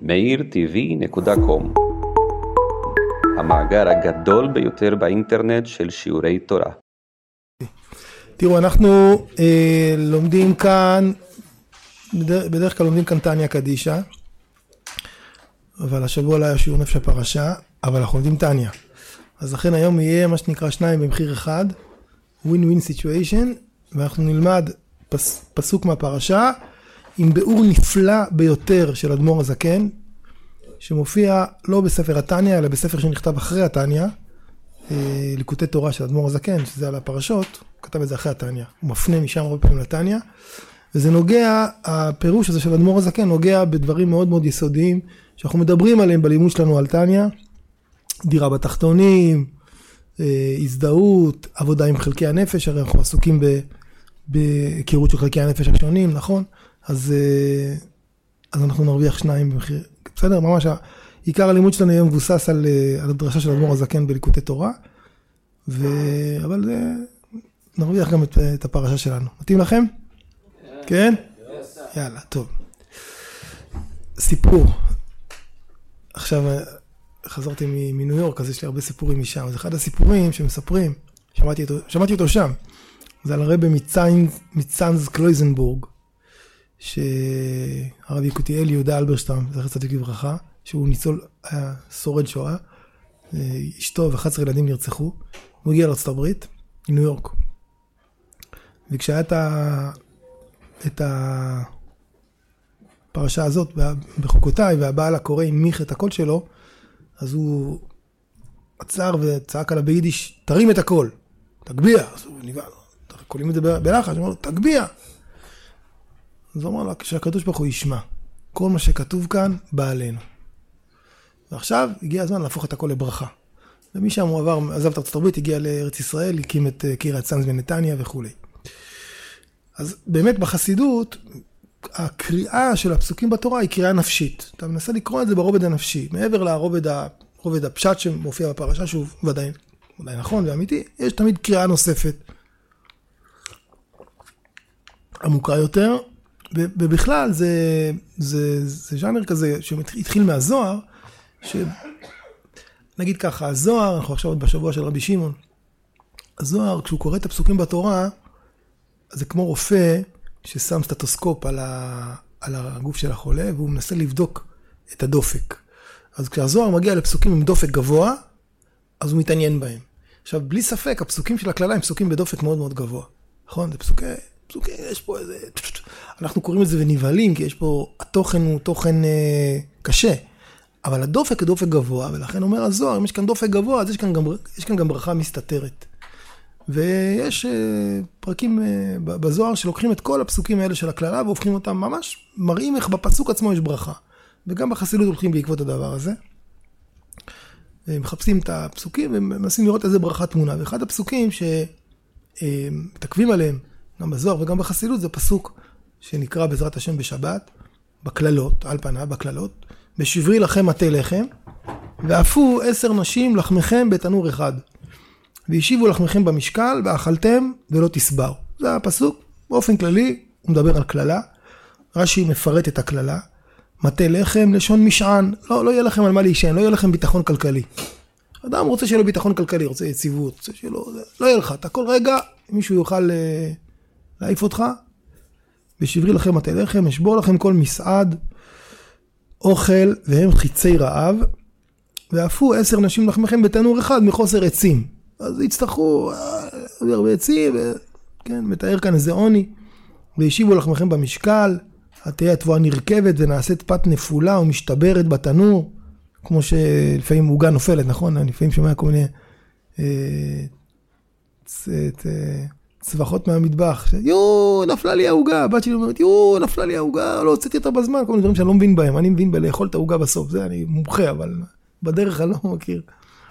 meirtv.com, המאגר הגדול ביותר באינטרנט של שיעורי תורה. תראו, אנחנו לומדים כאן, בדרך כלל לומדים כאן תניא קדישא, אבל השבוע לא היה שיעור נפש הפרשה, אבל אנחנו לומדים תניא. אז לכן היום יהיה מה שנקרא שניים במחיר אחד, win-win situation, ואנחנו נלמד פסוק מהפרשה, עם ביאור נפלא ביותר של אדמו"ר הזקן, שמופיע לא בספר התניא, אלא בספר שנכתב אחרי התניא, ליקוטי תורה של אדמו"ר הזקן, שזה על הפרשות, הוא כתב את זה אחרי התניא, הוא מפנה משם הרבה פעמים לתניא, וזה נוגע, הפירוש הזה של אדמו"ר הזקן נוגע בדברים מאוד מאוד יסודיים, שאנחנו מדברים עליהם בלימוד שלנו על תניא, דירה בתחתונים, הזדהות, עבודה עם חלקי הנפש, הרי אנחנו עסוקים בהיכרות של חלקי הנפש השונים, נכון? אז אנחנו נרוויח שניים במחיר, בסדר? ממש עיקר הלימוד שלנו היום מבוסס על הדרשה של אדמו"ר הזקן בליקוטי תורה, אבל נרוויח גם את הפרשה שלנו. מתאים לכם? כן? יאללה, טוב. סיפור. עכשיו חזרתי מניו יורק, אז יש לי הרבה סיפורים משם. אז אחד הסיפורים שמספרים, שמעתי אותו שם, זה על הרבי מצאנז קלויזנבורג, שהרב יקותיאל יהודה אלברשטם, זכר צדיק לברכה, שהוא ניצול, היה שורד שואה, אשתו ו11 ילדים נרצחו, הוא הגיע לארצות הברית, ניו יורק. וכשהיה את הפרשה הזאת בחוקותיי, והבעל הקורא הנמיך את הקול שלו, אז הוא עצר וצעק עליו ביידיש, תרים את הקול, תגביה. אז הוא ניגע, קולים את זה בלחש, הוא אומר לו, תגביה. אז הוא אמר לו, כשהקדוש ברוך הוא ישמע, כל מה שכתוב כאן בא עלינו. ועכשיו הגיע הזמן להפוך את הכל לברכה. ומשם הוא עזב את ארצות הברית, הגיע לארץ ישראל, הקים את קריית צאנז בנתניה וכו'. אז באמת בחסידות, הקריאה של הפסוקים בתורה היא קריאה נפשית. אתה מנסה לקרוא את זה ברובד הנפשי. מעבר לרובד הפשט שמופיע בפרשה, שהוא ודאי נכון ואמיתי, יש תמיד קריאה נוספת. עמוקה יותר, ובכלל זה ז'אנר כזה שהתחיל מהזוהר, נגיד ככה, הזוהר, אנחנו עכשיו עוד בשבוע של רבי שמעון, הזוהר, כשהוא קורא את הפסוקים בתורה, זה כמו רופא ששם סטטוסקופ על הגוף של החולה, והוא מנסה לבדוק את הדופק. אז כשהזוהר מגיע לפסוקים עם דופק גבוה, אז הוא מתעניין בהם. עכשיו, בלי ספק, הפסוקים של הכללה הם פסוקים בדופק מאוד מאוד גבוה. נכון? זה פסוקים, יש פה איזה... אנחנו קוראים את זה ונבהלים, כי יש פה, התוכן הוא תוכן קשה. אבל הדופק הוא דופק גבוה, ולכן אומר הזוהר, אם יש כאן דופק גבוה, אז יש כאן גם ברכה מסתתרת. ויש פרקים בזוהר שלוקחים את כל הפסוקים האלה של הכללה, והופכים אותם ממש, מראים איך בפסוק עצמו יש ברכה. וגם בחסידות הולכים בעקבות הדבר הזה. מחפשים את הפסוקים, ומנסים לראות איזה ברכה תמונה. ואחד הפסוקים שתקבים עליהם, גם בזוהר וגם בחסידות, זה פסוק שנקרא בעזרת השם בשבת, בכללות, על פניו, בכללות, בשברי לכם מטה לחם, ואפו 10 נשים לחמכם בתנור אחד. והשיבו לחמכם במשקל, ואכלתם ולא תסבר. זה הפסוק, באופן כללי, הוא מדבר על כללה. רש"י מפרט את הכללה. מטה לחם, לשון משען. לא יהיה לכם על מה להישען, לא יהיה לכם ביטחון כלכלי. אדם רוצה שיהיה לו ביטחון כלכלי, רוצה יציבות, רוצה שיהיה לו... לא יהיה לך, אתה כל רגע, מישהו יוכל להעיף אותך. בשברי לכם מטה לחם, אשבור לכם כל מסעד, אוכל, והם חיצי רעב. ואפו 10 נשים לחמכם בתנור אחד מחוסר עצים. אז יצטרכו הרבה עצים, כן, מתאר כאן איזה עוני. וישיבו לחמכם במשקל, התהיה התבואה נרכבת ונעשית פת נפולה ומשתברת בתנור, כמו שלפעמים עוגה נופלת, נכון? אני לפעמים שומע כל מיני צווחות מהמטבח, נפלה לי העוגה, הבת שלי אומרת, נפלה לי העוגה, לא הוצאתי אותה בזמן, כל מיני דברים שאני לא מבין בהם, אני מבין בלאכול את העוגה בסוף, זה אני מומחה, אבל בדרך אני לא מכיר.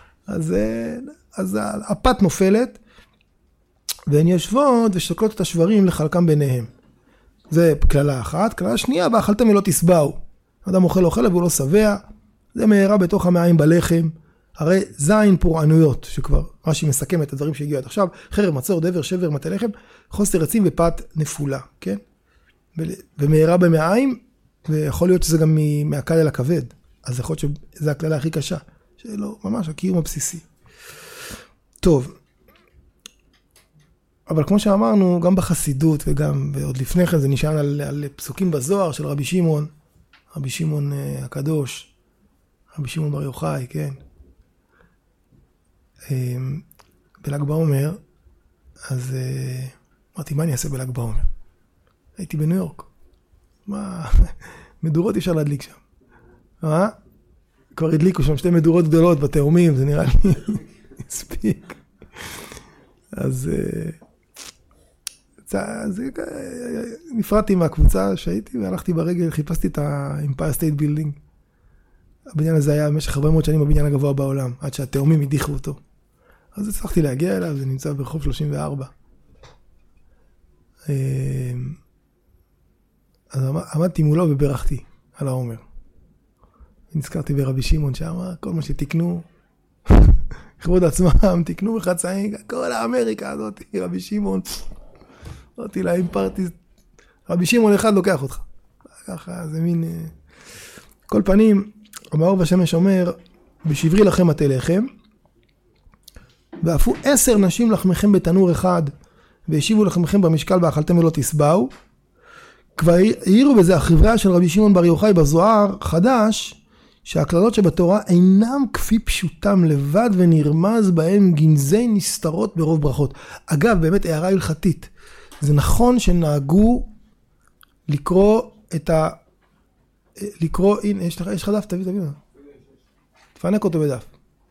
אז הפת נופלת, והן יושבות ושוקלות את השברים לחלקם ביניהם. זה כללה אחת. כללה שנייה, ואכלתם ולא תסבעו. אדם אוכל והוא לא שבע, זה מהרה בתוך המעיים בלחם. הרי זין פורענויות, שכבר רש"י מסכם את הדברים שהגיעו עד עכשיו, חרב, מצור, דבר, שבר, מטה לחם, חוסר עצים ופת נפולה, כן? ומהרה במעיים, ויכול להיות שזה גם מהקל אל הכבד. אז יכול להיות שזו הקללה הכי קשה. שלא, ממש הקיום הבסיסי. טוב. אבל כמו שאמרנו, גם בחסידות וגם, ועוד לפני כן זה נשען על פסוקים בזוהר של רבי שמעון, רבי שמעון הקדוש, רבי שמעון בר יוחאי, כן. בל"ג בעומר, אז אמרתי, מה אני אעשה בל"ג בעומר? הייתי בניו יורק. מה, מדורות אפשר להדליק שם. כבר הדליקו שם 2 מדורות גדולות בתאומים, זה נראה לי הספיק. אז נפרדתי מהקבוצה שהייתי, והלכתי ברגל, חיפשתי את ה-Empire State Building. הבניין הזה היה במשך 400 שנים הבניין הגבוה בעולם, עד שהתאומים הדיחו אותו. אז הצלחתי להגיע אליו, זה נמצא ברחוב 34. אז עמדתי מולו וברכתי על העומר. נזכרתי ברבי שמעון שאמר, כל מה שתקנו, לכבוד עצמם, תקנו בחצאים, כל האמריקה הזאת, רבי שמעון. אמרתי להם, רבי שמעון אחד לוקח אותך. ככה, זה מין... כל פנים, המאור בשמש אומר, בשברי לכם מטה לחם, ואפו 10 נשים לחמכם בתנור אחד, והשיבו לחמכם במשקל ואכלתם ולא תסבעו. כבר העירו בזה החבריה של רבי שמעון בר יוחאי בזוהר חדש, שהכללות שבתורה אינם כפי פשוטם לבד ונרמז בהם גנזי נסתרות ברוב ברכות. אגב, באמת הערה הלכתית. זה נכון שנהגו לקרוא את ה... לקרוא, הנה, יש לך דף, תביא. תפנק אותו בדף.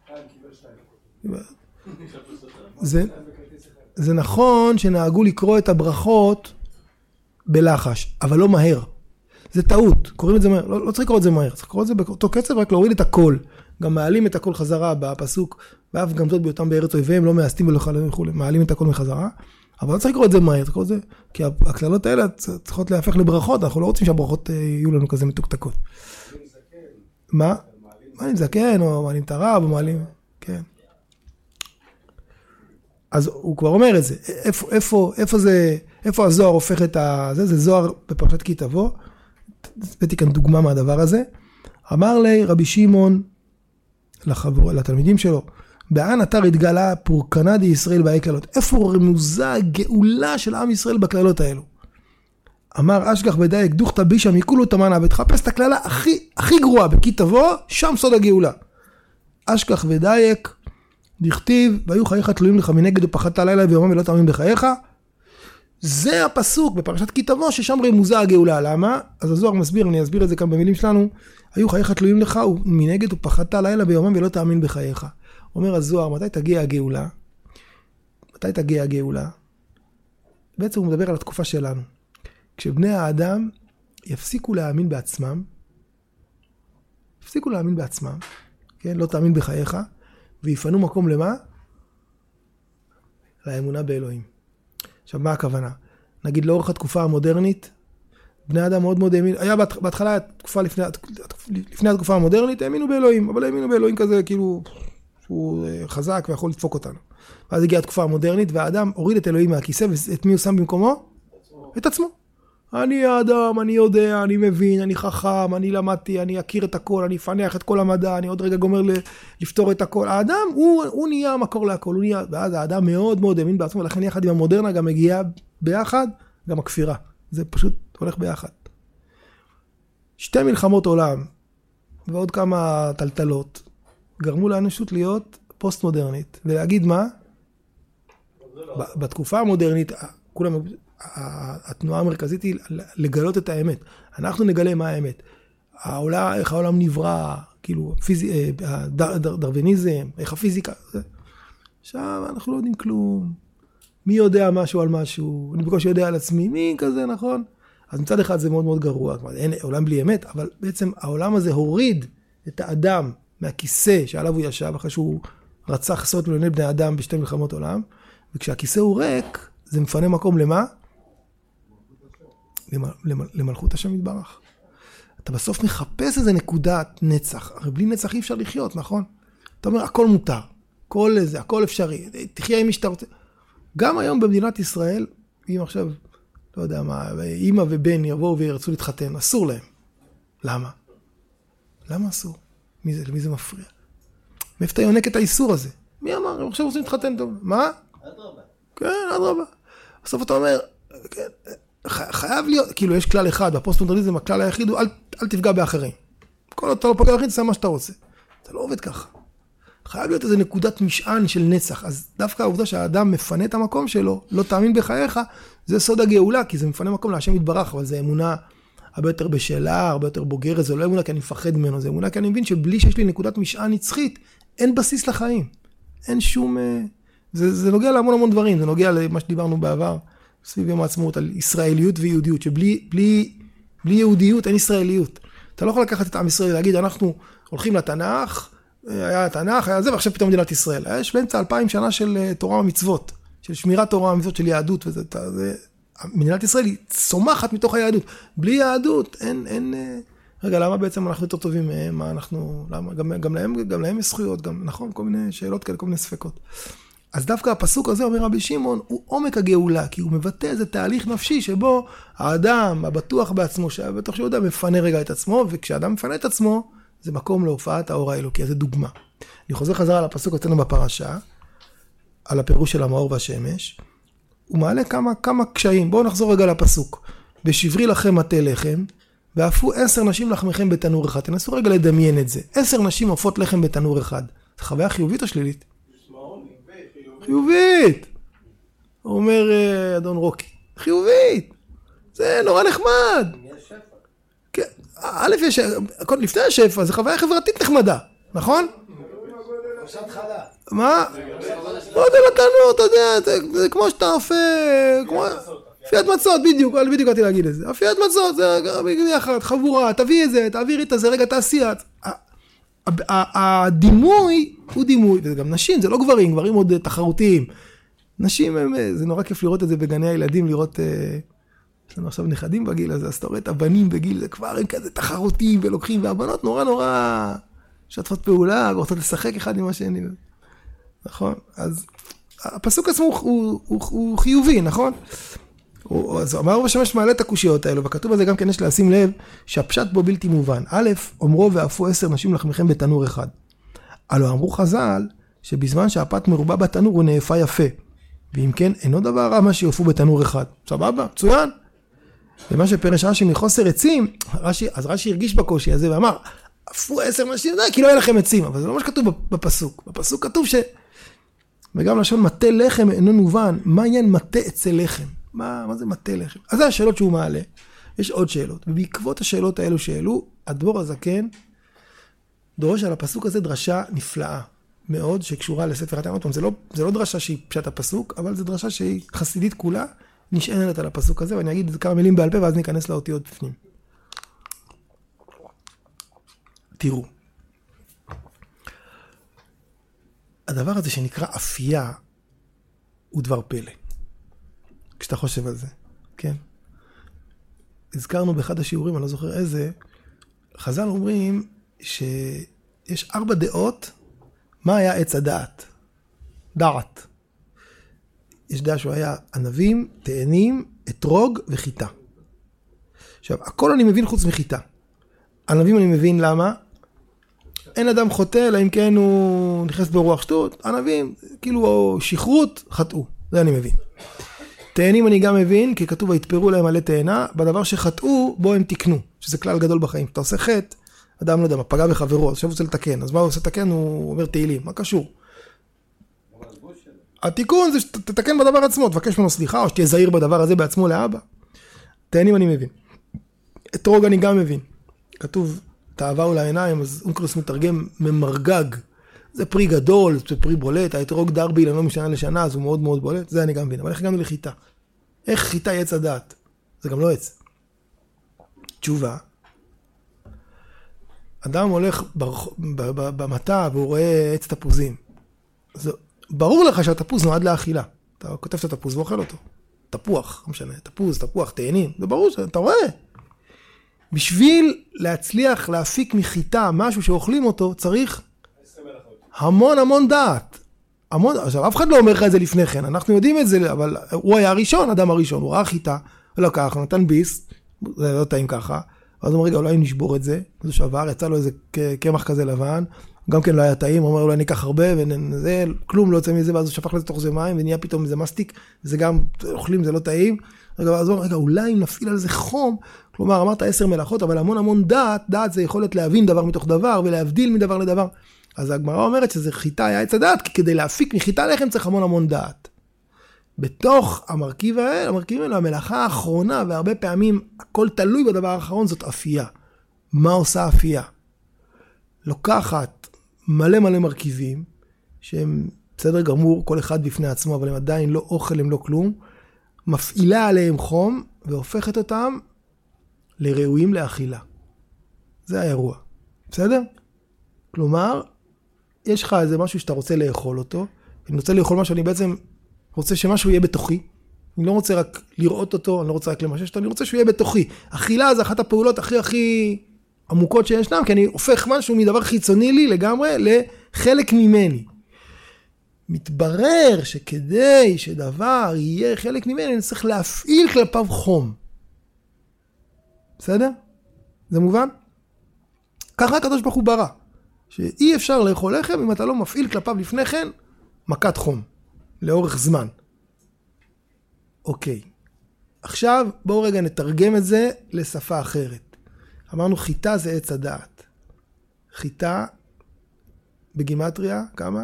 זה נכון שנהגו לקרוא את הברכות בלחש, אבל לא מהר. זה טעות, קוראים את זה מהר, לא צריך לקרוא את זה מהר, צריך לקרוא את זה באותו קצב, רק להוריד את הכל. גם מעלים את הכל חזרה בפסוק, ואף גם זאת בהיותם בארץ אויביהם, לא מאסתים ולא חלמים וכו', מעלים את הכל מחזרה, אבל לא צריך לקרוא את זה מהר, צריך לקרוא את זה, כי הכללות האלה צריכות להפך לברכות, אנחנו לא רוצים שהברכות יהיו לנו כזה מתוקתקות. מה? מעלים זקן, או מעלים את הרב, או מעלים, כן. אז הוא כבר אומר את זה, איפה הזוהר הופך את זה? זה זוהר בפרשת כי תבוא, הבאתי כאן דוגמה מהדבר הזה. אמר לי רבי שמעון לתלמידים שלו, באן אתר התגלה פורקנה די ישראל באי כללות. איפה רמוזה הגאולה של עם ישראל בכללות האלו? אמר אשגח ודייק דוכתא בישא מכולו תמנה, ותחפש את הכללה הכי גרועה בכי תבוא, שם סוד הגאולה. אשגח ודייק דכתיב, והיו חייך תלויים לך מנגד ופחדת לילה ויומם ולא תאמין בחייך. זה הפסוק בפרשת כי תבוא ששם רמוזה הגאולה. למה? אז הזוהר מסביר, אני אסביר את זה כאן במילים שלנו. היו חייך תלויים לך מנגד ופחדת לילה ויומם ולא תאמין בחייך. אומר הזוהר, מתי תגיע הגאולה? מתי תגיע הגאולה? בעצם הוא מדבר על התקופה שלנו. כשבני האדם יפסיקו להאמין בעצמם, כן? לא תאמין בחייך, ויפנו מקום למה? לאמונה באלוהים. עכשיו, מה הכוונה? נגיד, לאורך התקופה המודרנית, בני האדם מאוד מאוד האמין, היה בהתחלה תקופה לפני התקופה המודרנית, האמינו באלוהים, אבל האמינו באלוהים כזה, כאילו, שהוא חזק ויכול לדפוק אותנו. ואז הגיעה התקופה המודרנית, והאדם הוריד את אלוהים מהכיסא, ואת מי הוא שם במקומו? את עצמו. אני האדם, אני יודע, אני מבין, אני חכם, אני למדתי, אני אכיר את הכל, אני אפנח את כל המדע, אני עוד רגע גומר לפתור את הכל. האדם, הוא נהיה המקור להכל, ואז האדם מאוד מאוד האמין בעצמו, לכן יחד עם המודרנה גם מגיעה ביחד, גם הכפירה. זה פשוט הולך ביחד. 2 מלחמות עולם, ועוד כמה טלטלות, גרמו לאנושות להיות פוסט-מודרנית, ולהגיד מה? בתקופה המודרנית, כולם... התנועה המרכזית היא לגלות את האמת. אנחנו נגלה מה האמת. איך העולם נברא, כאילו, דרוויניזם, איך הפיזיקה. עכשיו אנחנו לא יודעים כלום. מי יודע משהו על משהו? אני בקושי יודע על עצמי. מי כזה, נכון? אז מצד אחד זה מאוד מאוד גרוע. אין עולם בלי אמת, אבל בעצם העולם הזה הוריד את האדם מהכיסא שעליו הוא ישב, אחרי שהוא רצח עשרות מיליוני בני אדם בשתי מלחמות עולם, וכשהכיסא הוא ריק, זה מפנה מקום למה? למלכות השם יתברך. אתה בסוף מחפש איזה נקודת נצח. הרי בלי נצח אי אפשר לחיות, נכון? אתה אומר, הכל מותר. הכל אפשרי. תחיה עם מי שאתה רוצה. גם היום במדינת ישראל, אם עכשיו, לא יודע מה, אמא ובן יבואו וירצו להתחתן, אסור להם. למה? למה אסור? למי זה מפריע? מאיפה אתה יונק את האיסור הזה? מי אמר? הם עכשיו רוצים להתחתן טוב. מה? אדרבה. כן, אדרבה. בסוף אתה אומר, כן, חייב להיות, כאילו יש כלל אחד, בפוסט-מודרניזם הכלל היחיד הוא אל תפגע באחרים. כל עוד אתה לא פוגע באחרים, תעשה מה שאתה רוצה. זה לא עובד ככה. חייב להיות איזו נקודת משען של נצח. אז דווקא העובדה שהאדם מפנה את המקום שלו, לא תאמין בחייך, זה סוד הגאולה, כי זה מפנה מקום להשם יתברך, אבל זה אמונה הרבה יותר בשאלה, הרבה יותר בוגרת, זה לא אמונה כי אני מפחד ממנו, זה אמונה כי אני מבין שבלי שיש לי נקודת משען נצחית, אין בסיס לחיים. אין שום... זה נוגע להמון המון דברים, זה נוגע למה שדיברנו בעבר, סביב יום העצמאות, על ישראליות ויהודיות, שבלי יהודיות אין ישראליות. אתה לא יכול לקחת את עם ישראל ולהגיד, אנחנו הולכים לתנ"ך, היה התנ"ך, היה זה, ועכשיו פתאום מדינת ישראל. יש באמצע 2000 שנה של תורה ומצוות, של שמירת תורה ומצוות, של יהדות, מדינת ישראל היא צומחת מתוך היהדות. בלי יהדות אין... רגע, למה בעצם אנחנו יותר טובים מהם? מה אנחנו... למה? גם להם יש זכויות, גם, נכון? כל מיני שאלות כאלה, כל מיני ספקות. אז דווקא הפסוק הזה, אומר רבי שמעון, הוא עומק הגאולה, כי הוא מבטא איזה תהליך נפשי שבו האדם הבטוח בעצמו, שבטוח שהוא יודע, מפנה רגע את עצמו, וכשאדם מפנה את עצמו, זה מקום להופעת האור האלוקי, זה דוגמה. אני חוזר חזרה לפסוק אצלנו בפרשה, על הפירוש של המאור והשמש, הוא מעלה כמה קשיים. בואו נחזור רגע לפסוק. בשברי לכם מטה לחם, ואפו 10 נשים לחמכם בתנור אחד. תנסו רגע לדמיין את זה. 10 נשים עופות לחם בתנור אחד. זה חוויה חיובית או שלילית? חיובית. הוא אומר אדון רוקי. חיובית. זה נורא נחמד. כן. א' יש, לפני השפע, זה חוויה חברתית נחמדה. נכון? מה? לא יודע לתנור, אתה יודע, זה כמו שאתה אופה, אפיית מצות, בדיוק באתי להגיד את זה. אפיית מצות, זה ביחד, חבורה, תביא את זה, תעבירי את זה, רגע תעשייה. הדימוי הוא דימוי, וזה גם נשים, זה לא גברים, גברים עוד תחרותיים. נשים, זה נורא כיף לראות את זה בגני הילדים, לראות, יש לנו עכשיו נכדים בגיל הזה, אז אתה רואה את הבנים בגיל, זה כבר הם כזה תחרותיים ולוקחים, והבנות נורא שתפות פעולה, רוצות לשחק אחד עם השני. נכון? אז הפסוק עצמו הוא חיובי, נכון? אז אמר בשמש מעלה את הקושיות האלו, וכתוב בזה גם כן יש לשים לב שהפשט בו בלתי מובן. א', אומרו ואפו 10 נשים לחמכם בתנור אחד. הלא אמרו חז"ל שבזמן שהפת מרובה בתנור הוא נאפה יפה. ואם כן, אינו דבר רע מה שיופו בתנור אחד. סבבה? מצוין. ומה שפרש רש"י מחוסר עצים, אז רש"י הרגיש בקושי הזה ואמר, אפו 10 נשים, כי לא יהיה לכם עצים. אבל זה לא מה שכתוב בפסוק. בפסוק כתוב וגם לשון מטה לחם אינו מובן. מה עניין מטה אצל לחם? מה זה מטה לחם? אז זה השאלות שהוא מעלה. יש עוד שאלות. ובעקבות השאלות האלו שאלו, הדבור הזקן דורש על הפסוק הזה דרשה נפלאה מאוד, שקשורה לספר התנ"ך. זה לא דרשה שהיא פשט הפסוק, אבל זה דרשה שהיא חסידית כולה, נשענת על הפסוק הזה, ואני אגיד כמה מילים בעל פה, ואז ניכנס לאותיות בפנים. תראו. הדבר הזה שנקרא אפייה, הוא דבר פלא. כשאתה חושב על זה, כן? הזכרנו באחד השיעורים, אני לא זוכר איזה, חז"ל אומרים שיש 4 דעות, מה היה עץ הדעת? דעת. יש דעה שהוא היה ענבים, תאנים, אתרוג וחיטה. עכשיו, הכל אני מבין חוץ מחיטה. ענבים אני מבין למה? אין אדם חוטא, אלא אם כן הוא נכנס ברוח שטות. ענבים, כאילו שכרות, חטאו. זה אני מבין. תאנים אני גם מבין, כי כתוב, התפרו להם מלא תאנה, בדבר שחטאו, בו הם תקנו, שזה כלל גדול בחיים. אתה עושה חטא, אדם לא יודע, מה פגע בחברו, עכשיו הוא רוצה לתקן, אז מה הוא עושה לתקן? הוא אומר תהילים, מה קשור? התיקון זה שתתקן בדבר עצמו, תבקש ממנו סליחה, או שתהיה זהיר בדבר הזה בעצמו לאבא. תאנים אני מבין. אתרוג אני גם מבין. כתוב, תאווה הוא לעיניים, אז אונקלוס מתרגם ממרגג. זה פרי גדול, זה פרי בולט, האתרוג דרבי לא משנה לשנה, אז הוא מאוד מאוד בולט, זה אני גם מבין. אבל איך הגענו לחיטה? איך חיטה עץ הדעת? זה גם לא עץ. תשובה. אדם הולך במטע והוא רואה עץ תפוזים. אז ברור לך שהתפוז נועד לאכילה. אתה כותב את התפוז ואוכל אותו. תפוח, לא משנה, תפוז, תפוח, תאנים. זה ברור שאתה רואה. בשביל להצליח להפיק מחיטה משהו שאוכלים אותו, צריך המון דעת. עכשיו, אף אחד לא אומר לך את זה לפני כן, אנחנו יודעים את זה, אבל הוא היה הראשון, אדם הראשון, הוא ראה חיטה, לקח, הוא נתן ביס, זה לא טעים ככה, אז הוא אומר, רגע, אולי נשבור את זה, זה שעבר, יצא לו איזה קמח כזה לבן, גם כן לא היה טעים, הוא אומר, אולי ניקח הרבה, וזה, כלום לא יוצא מזה, ואז הוא שפך לזה תוך זה מים, ונהיה פתאום איזה מסטיק, וזה גם, אוכלים, זה לא טעים. רגע, אז הוא אומר, רגע, אולי נפעיל על זה חום, כלומר, אמרת 10 מלאכות, אבל המון דעת, דעת זה יכולת להבין דבר מתוך דבר, ולהבדיל מדבר לדבר. אז הגמרא אומרת שזה חיטה היה עץ הדעת, כי כדי להפיק מחיטה לחם צריך המון דעת. בתוך המרכיב האלה, המלאכה האחרונה, והרבה פעמים הכל תלוי בדבר האחרון, זאת אפייה. מה עושה אפייה? לוקחת מלא מרכיבים, שהם בסדר גמור, כל אחד בפני עצמו, אבל הם עדיין לא אוכל, הם לא כלום, מפעילה עליהם חום, והופכת אותם לראויים לאכילה. זה האירוע. בסדר? כלומר, יש לך איזה משהו שאתה רוצה לאכול אותו, אני רוצה לאכול משהו, אני בעצם רוצה שמשהו יהיה בתוכי, אני לא רוצה רק לראות אותו, אני לא רוצה רק למשש אותו, אני רוצה שהוא יהיה בתוכי. אכילה זה אחת הפעולות הכי עמוקות שישנם, כי אני הופך משהו מדבר חיצוני לי לגמרי לחלק ממני. מתברר שכדי שדבר יהיה חלק ממני, אני צריך להפעיל כלפיו חום. בסדר? זה מובן? ככה הקדוש ברוך הוא ברא. שאי אפשר לאכול לחם אם אתה לא מפעיל כלפיו לפני כן מכת חום. לאורך זמן. אוקיי. עכשיו בואו רגע נתרגם את זה לשפה אחרת. אמרנו חיטה זה עץ הדעת. חיטה בגימטריה, כמה?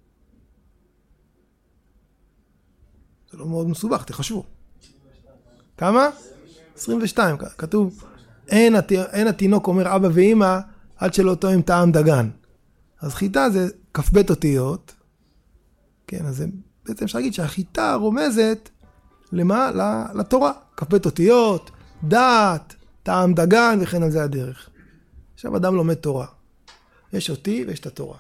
זה לא מאוד מסובך, תחשבו. כמה? 22. כתוב, אין התינוק אומר אבא ואמא עד שלא תואם טעם דגן. אז חיטה זה כ"ב אותיות. כן, אז בעצם אפשר להגיד שהחיטה רומזת למה? לתורה. כ"ב אותיות, דעת, טעם דגן וכן על זה הדרך. עכשיו אדם לומד תורה. יש אותי ויש את התורה.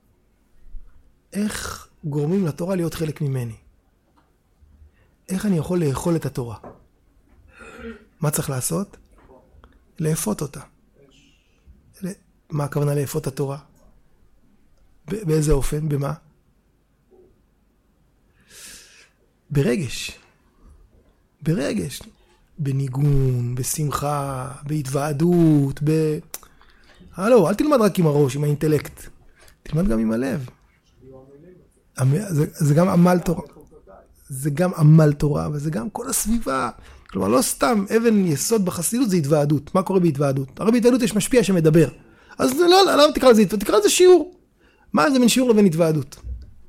איך גורמים לתורה להיות חלק ממני? איך אני יכול לאכול את התורה? מה צריך לעשות? לאפות אותה. מה הכוונה לאפות את התורה? באיזה אופן? במה? ברגש. ברגש. בניגון, בשמחה, בהתוועדות, הלו, אל תלמד רק עם הראש, עם האינטלקט. תלמד גם עם הלב. זה גם עמל תורה. זה גם עמל תורה, וזה גם כל הסביבה. כלומר, לא סתם אבן יסוד בחסידות, זה התוועדות. מה קורה בהתוועדות? הרי בהתוועדות יש משפיע שמדבר. אז לא תקרא לזה התוועדות, תקרא לזה שיעור. מה זה בין שיעור לבין התוועדות?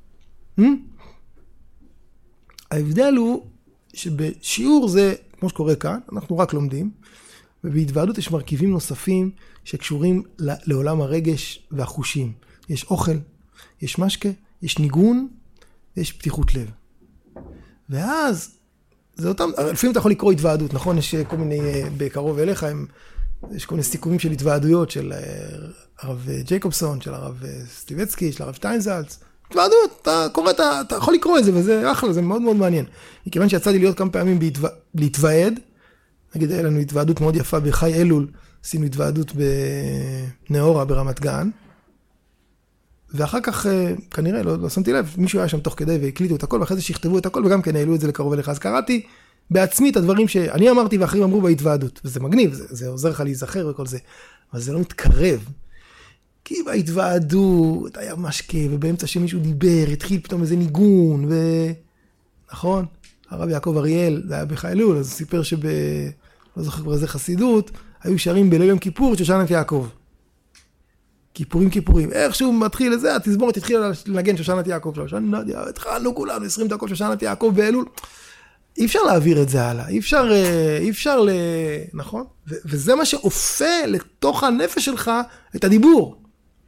ההבדל הוא שבשיעור זה, כמו שקורה כאן, אנחנו רק לומדים, ובהתוועדות יש מרכיבים נוספים שקשורים לעולם הרגש והחושים. יש אוכל, יש משקה, יש ניגון, יש פתיחות לב. ואז, זה אותם, לפעמים אתה יכול לקרוא התוועדות, נכון? יש כל מיני, בקרוב אליך, יש כל מיני סיכומים של התוועדויות של הרב ג'ייקובסון, של הרב סטיבצקי, של הרב שטיינזלץ. התוועדות, אתה קורא, אתה יכול לקרוא את זה, וזה אחלה, זה מאוד מאוד מעניין. מכיוון שיצאתי להיות כמה פעמים להתוועד, נגיד, היה לנו התוועדות מאוד יפה בחי אלול, עשינו התוועדות בנאורה ברמת גן, ואחר כך, כנראה, לא שמתי לב, מישהו היה שם תוך כדי והקליטו את הכל, ואחרי זה שכתבו את הכל, וגם כן העלו את זה לקרוב אליך. אז קראתי בעצמי את הדברים שאני אמרתי ואחרים אמרו בהתוועדות, וזה מגניב, זה עוזר לך להיזכר וכל זה, אבל זה לא מתקרב. כי בהתוועדות היה משקה, ובאמצע שמישהו דיבר, התחיל פתאום איזה ניגון, נכון? הרב יעקב אריאל, זה היה בחיילול, אז הוא סיפר לא זוכר כבר איזה חסידות, היו שרים בליל יום כיפור, שושנת יעקב. כיפורים. איכשהו מתחיל לזה, התזמורת התחילה לנגן שושנת יעקב. התחלנו כולנו 20 דקות שושנת יעקב באלול. אי אפשר להעביר את זה הלאה, אי אפשר נכון? וזה מה שאופה לתוך הנפש שלך את הדיבור.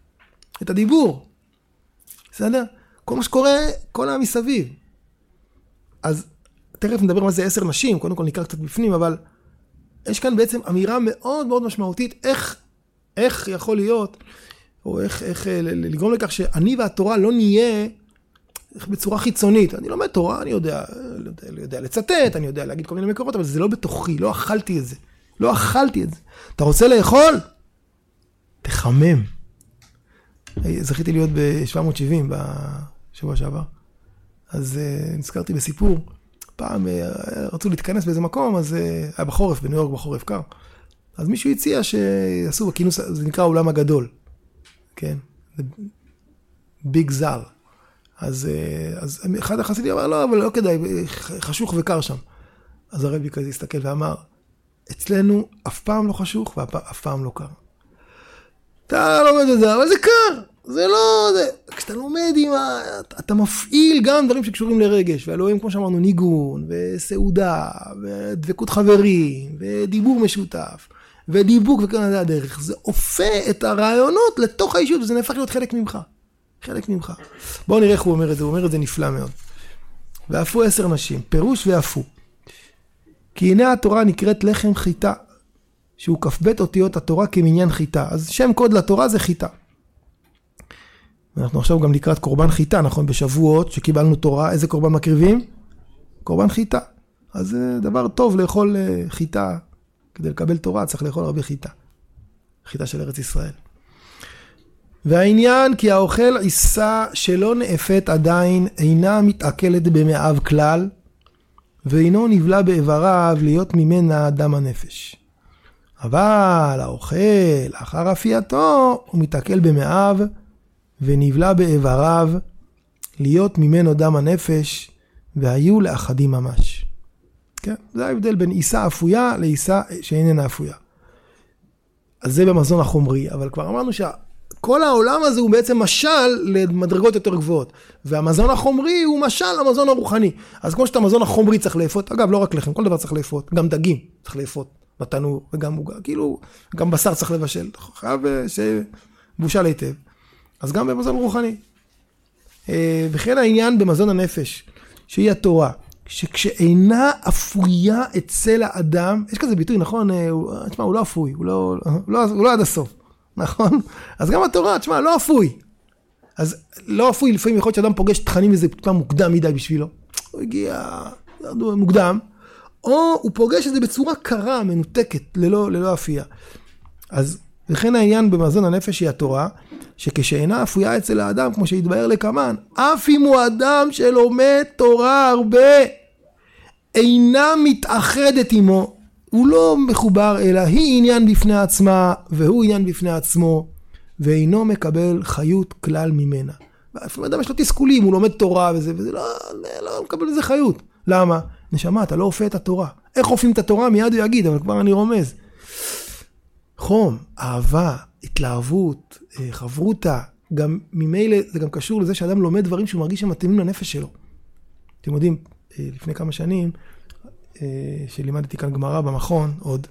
בסדר? כל מה שקורה, כל העם מסביב. אז תכף נדבר מה זה 10 נשים, קודם כל נקרא קצת בפנים, אבל יש כאן בעצם אמירה מאוד מאוד משמעותית, איך יכול להיות, או איך לגרום לכך שאני והתורה לא נהיה בצורה חיצונית. אני לומד תורה, אני יודע לצטט, אני יודע להגיד כל מיני מקורות, אבל זה לא בתוכי, לא אכלתי את זה. אתה רוצה לאכול? תחמם. זכיתי להיות ב-770 בשבוע שעבר. אז נזכרתי בסיפור. פעם רצו להתכנס באיזה מקום, אז היה בחורף, בניו יורק בחורף קר. אז מישהו הציע שעשו בכינוס, זה נקרא העולם הגדול, כן? זה ביג זר. אז אחד החסידים אמר, לא, אבל לא כדאי, חשוך וקר שם. אז הרבי כזה הסתכל ואמר, אצלנו אף פעם לא חשוך ואף פעם לא קר. אתה לומד את זה, אבל זה קר. זה לא, כשאתה לומד אתה מפעיל גם דברים שקשורים לרגש, ואלוהים, כמו שאמרנו, ניגון, וסעודה, ודבקות חברים, ודיבור משותף, ודיבוק וכאן זה הדרך. זה הופך את הרעיונות לתוך האישיות, וזה נהפך להיות חלק ממך. חלק ממך. בואו נראה איך הוא אומר את זה, הוא אומר את זה נפלא מאוד. ואפו 10 נשים, פירוש ואפו. כי הנה התורה נקראת לחם חיטה, שהוא כ"ב אותיות התורה כמניין חיטה. אז שם קוד לתורה זה חיטה. אנחנו עכשיו גם לקראת קורבן חיטה, נכון? בשבועות שקיבלנו תורה, איזה קורבן מקריבים? קורבן חיטה. אז זה דבר טוב לאכול חיטה. כדי לקבל תורה צריך לאכול הרבה חיטה. חיטה של ארץ ישראל. והעניין כי האוכל עיסה שלא נאפת עדיין אינה מתעכלת במאיו כלל, ואינו נבלע באיבריו להיות ממנה דם הנפש. אבל האוכל אחר אפייתו הוא מתעכל במאיו, ונבלע באיבריו להיות ממנו דם הנפש, והיו לאחדים ממש. כן? זה ההבדל בין עיסה אפויה לעיסה שאיננה אפויה. אז זה במזון החומרי, אבל כבר אמרנו כל העולם הזה הוא בעצם משל למדרגות יותר גבוהות, והמזון החומרי הוא משל למזון הרוחני. אז כמו שאת המזון החומרי צריך לאפות, אגב לא רק לחם, כל דבר צריך לאפות, גם דגים צריך לאפות בתנור, וגם כאילו, גם בשר צריך לבשל, חייב שבושל היטב. אז גם במזון רוחני. וכן העניין במזון הנפש, שהיא התורה, שכשאינה אפויה אצל האדם, יש כזה ביטוי, נכון? תשמע, הוא לא אפוי, הוא לא עד הסוף. נכון? אז גם התורה, תשמע, לא אפוי. אז לא אפוי, לפעמים יכול להיות שאדם פוגש תכנים איזה פעם מוקדם מדי בשבילו. הוא הגיע מוקדם, או הוא פוגש את זה בצורה קרה, מנותקת, ללא אפייה. אז לכן העניין במזון הנפש היא התורה, שכשאינה אפויה אצל האדם, כמו שהתבאר לקמן, אף אם הוא אדם שלומד תורה הרבה, אינה מתאחדת עמו, הוא לא מחובר, אלא היא עניין בפני עצמה, והוא עניין בפני עצמו, ואינו מקבל חיות כלל ממנה. ואפילו אדם יש לו תסכולים, הוא לומד תורה וזה לא מקבל איזה חיות. למה? נשמה, אתה לא אופה את התורה. איך אופים את התורה? מיד הוא יגיד, אבל כבר אני רומז. חום, אהבה, התלהבות, חברותה, גם ממילא זה גם קשור לזה שאדם לומד דברים שהוא מרגיש שמתאימים לנפש שלו. אתם יודעים, לפני כמה שנים, שלימדתי כאן גמרא במכון עוד,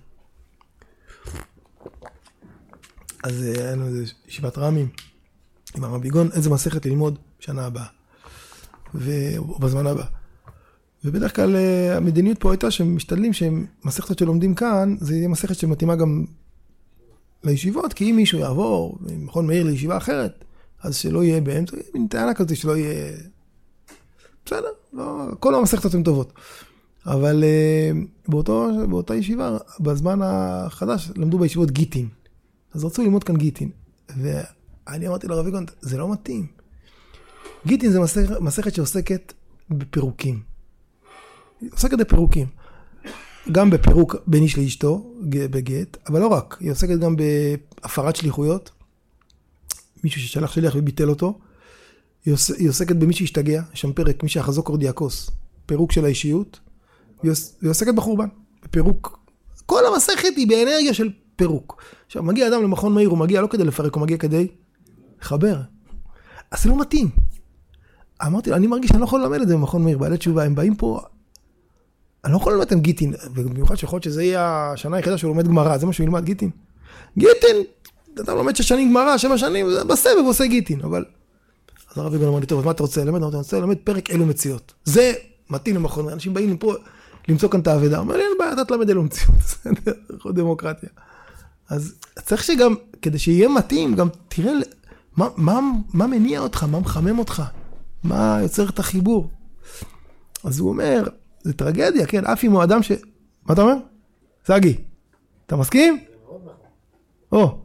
אז היה לנו איזה ישיבת רמים עם הרב ביגון, איזה מסכת ללמוד שנה הבאה, ובזמן הבא. ובדרך כלל המדיניות פה הייתה שמשתדלים שמסכתות שלומדים כאן, זה יהיה מסכת שמתאימה גם לישיבות, כי אם מישהו יעבור ממכון מאיר לישיבה אחרת, אז שלא יהיה באמצע, מין טענה כזאת שלא יהיה, בסדר, לא, כל המסכתות הן טובות. אבל באותה ישיבה, בזמן החדש, למדו בישיבות גיטין. אז רצו ללמוד כאן גיטין. ואני אמרתי לרב ביגון, זה לא מתאים. גיטין זה מסכת שעוסקת בפירוקים. היא עוסקת בפירוקים. גם בפירוק בין איש לאשתו, בגט, אבל לא רק. היא עוסקת גם בהפרת שליחויות. מישהו ששלח שליח וביטל אותו. היא עוסקת במי שהשתגע, יש שם פרק, מי שהחזוק קורדיאקוס. פירוק של האישיות. והיא עוסקת בחורבן, בפירוק. כל המסכת היא באנרגיה של פירוק. עכשיו, מגיע אדם למכון מאיר, הוא מגיע לא כדי לפרק, הוא מגיע כדי לחבר. אז זה לא מתאים. אמרתי, אני מרגיש שאני לא יכול ללמד את זה במכון מאיר, בעלי תשובה, הם באים פה, אני לא יכול ללמד את גיטין, ובמיוחד שיכול להיות שזה יהיה השנה היחידה שהוא לומד גמרא, זה מה שהוא ילמד גיטין. גיטין, אתה לומד 6 שנים גמרא, 7 שנים, בסבב עושה גיטין, אבל... אז הרב יגון אמר לי, טוב, אז מה אתה רוצה ללמד? אני רוצה ללמד פרק אלו מציאות. זה מתאים למכון, אנשים באים פה למצוא כאן את העבודה, אומר לי, אין בעיה, אתה תלמד אלו מציאות, זה דמוקרטיה. אז צריך שגם, כדי שיהיה מתאים, גם תראה מה מניע אותך, מה מחמם אותך, מה יוצר את החיבור. אז הוא אומר, זה טרגדיה, כן, אף אם הוא אדם ש... מה אתה אומר? סגי, אתה מסכים? או.